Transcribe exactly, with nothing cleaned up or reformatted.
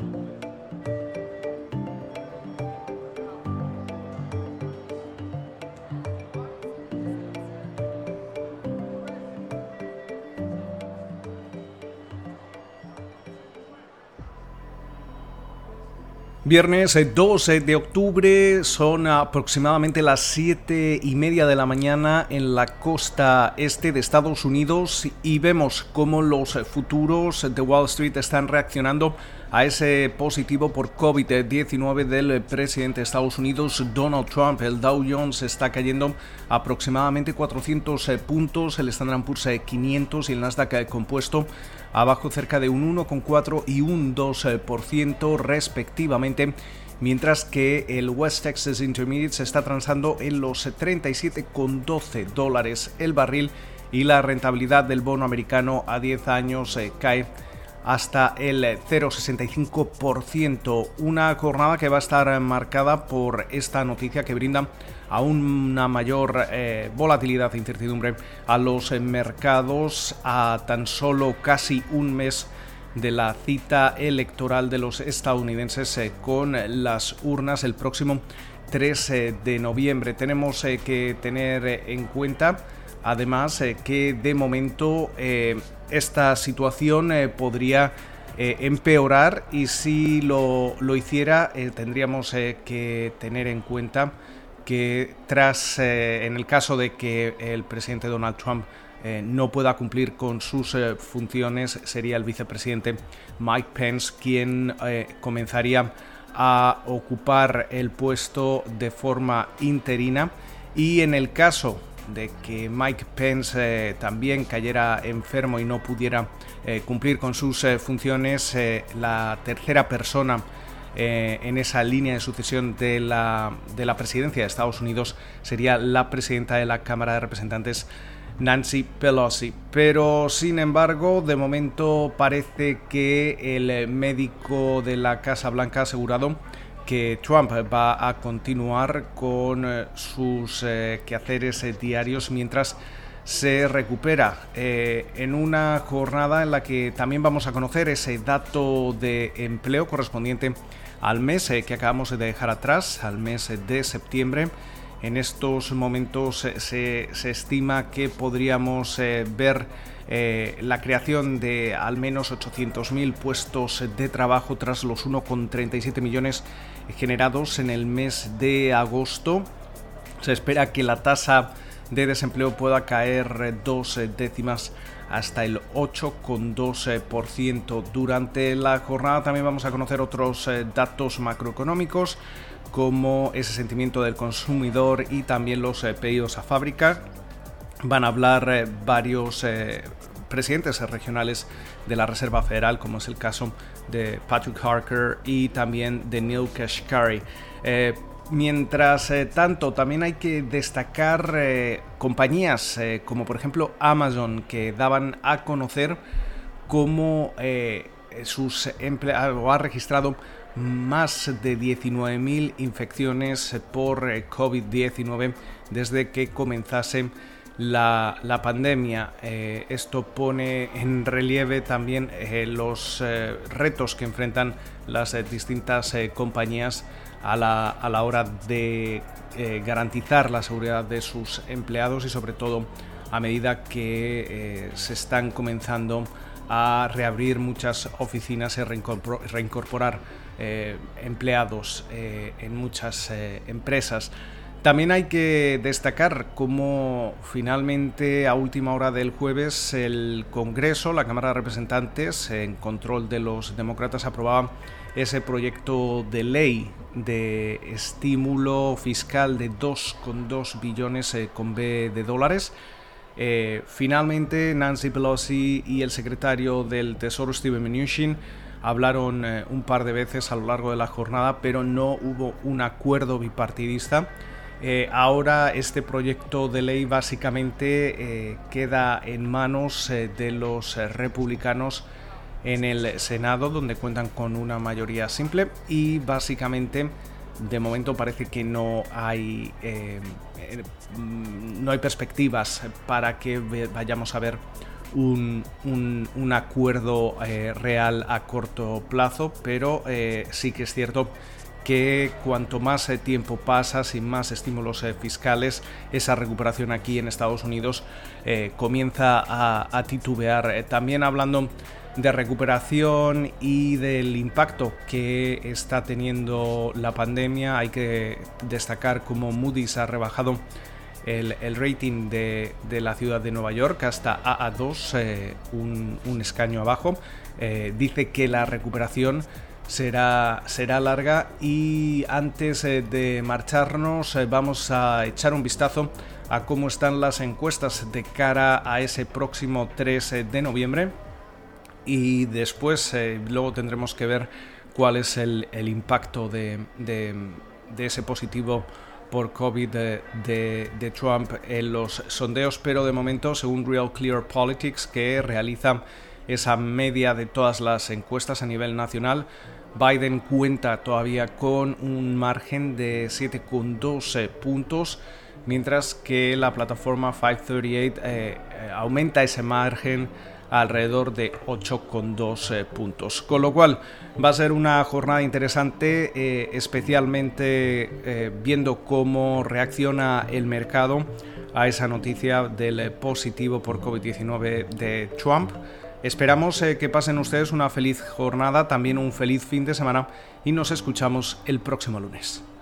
Viernes dos de octubre, son aproximadamente las siete y media de la mañana en la costa este de Estados Unidos y vemos cómo los futuros de Wall Street están reaccionando a ese positivo por COVID diecinueve del presidente de Estados Unidos, Donald Trump. El Dow Jones está cayendo aproximadamente cuatrocientos puntos, el Standard and Poor's quinientos y el Nasdaq compuesto abajo cerca de un uno coma cuatro y un dos por ciento respectivamente, mientras que el West Texas Intermediate se está transando en los treinta y siete coma doce dólares el barril y la rentabilidad del bono americano a diez años eh, cae hasta el cero coma sesenta y cinco por ciento. Una jornada que va a estar marcada por esta noticia que brinda a una mayor eh, volatilidad e incertidumbre a los eh, mercados a tan solo casi un mes de la cita electoral de los estadounidenses eh, con las urnas el próximo tres de noviembre. Tenemos eh, que tener eh, en cuenta además eh, que de momento eh, esta situación eh, podría eh, empeorar y si lo, lo hiciera eh, tendríamos eh, que tener en cuenta que tras, eh, en el caso de que el presidente Donald Trump eh, no pueda cumplir con sus eh, funciones, sería el vicepresidente Mike Pence quien eh, comenzaría a ocupar el puesto de forma interina, y en el caso de que Mike Pence eh, también cayera enfermo y no pudiera eh, cumplir con sus eh, funciones, eh, la tercera persona eh, en esa línea de sucesión de la, de la presidencia de Estados Unidos sería la presidenta de la Cámara de Representantes, Nancy Pelosi. Pero sin embargo, de momento parece que el médico de la Casa Blanca ha asegurado que Trump va a continuar con eh, sus eh, quehaceres eh, diarios mientras se recupera, eh, en una jornada en la que también vamos a conocer ese dato de empleo correspondiente al mes eh, que acabamos de dejar atrás, al mes de septiembre. En estos momentos eh, se, se estima que podríamos eh, ver Eh, la creación de al menos ochocientos mil puestos de trabajo tras los uno coma treinta y siete millones generados en el mes de agosto. Se espera que la tasa de desempleo pueda caer dos décimas hasta el ocho coma dos por ciento. Durante la jornada también vamos a conocer otros eh, datos macroeconómicos como ese sentimiento del consumidor y también los eh, pedidos a fábrica. Van a hablar eh, varios eh, presidentes regionales de la Reserva Federal, como es el caso de Patrick Harker y también de Neil Kashkari. Eh, mientras eh, tanto, también hay que destacar eh, compañías eh, como por ejemplo Amazon, que daban a conocer cómo eh, sus empleados ha registrado más de diecinueve mil infecciones por eh, COVID diecinueve desde que comenzase La, la pandemia. Eh, esto pone en relieve también eh, los eh, retos que enfrentan las eh, distintas eh, compañías a la, a la hora de eh, garantizar la seguridad de sus empleados y sobre todo a medida que eh, se están comenzando a reabrir muchas oficinas y reincorpor- reincorporar eh, empleados eh, en muchas eh, empresas. También hay que destacar cómo finalmente a última hora del jueves el Congreso, la Cámara de Representantes, en control de los demócratas, aprobaba ese proyecto de ley de estímulo fiscal de dos coma dos billones eh, con B de dólares. Eh, finalmente Nancy Pelosi y el secretario del Tesoro Steven Mnuchin hablaron eh, un par de veces a lo largo de la jornada, pero no hubo un acuerdo bipartidista. Eh, ahora este proyecto de ley básicamente eh, queda en manos eh, de los eh, republicanos en el Senado, donde cuentan con una mayoría simple, y básicamente de momento parece que no hay eh, eh, no hay perspectivas para que vayamos a ver un, un, un acuerdo eh, real a corto plazo, pero eh, sí que es cierto que cuanto más eh, tiempo pasa, sin más estímulos eh, fiscales, esa recuperación aquí en Estados Unidos eh, comienza a, a titubear. Eh, también hablando de recuperación y del impacto que está teniendo la pandemia, hay que destacar cómo Moody's ha rebajado El, el rating de, de la ciudad de Nueva York hasta A A dos, eh, un, un escaño abajo. Eh, dice que la recuperación será, será larga, y antes eh, de marcharnos eh, vamos a echar un vistazo a cómo están las encuestas de cara a ese próximo tres de noviembre, y después eh, luego tendremos que ver cuál es el, el impacto de, de, de ese positivo por COVID de, de, de Trump en los sondeos, pero de momento, según Real Clear Politics, que realiza esa media de todas las encuestas a nivel nacional, Biden cuenta todavía con un margen de siete coma dos puntos, mientras que la plataforma quinientos treinta y ocho eh, aumenta ese margen alrededor de ocho coma dos eh, puntos, con lo cual va a ser una jornada interesante, eh, especialmente eh, viendo cómo reacciona el mercado a esa noticia del positivo por COVID diecinueve de Trump. Esperamos eh, que pasen ustedes una feliz jornada, también un feliz fin de semana, y nos escuchamos el próximo lunes.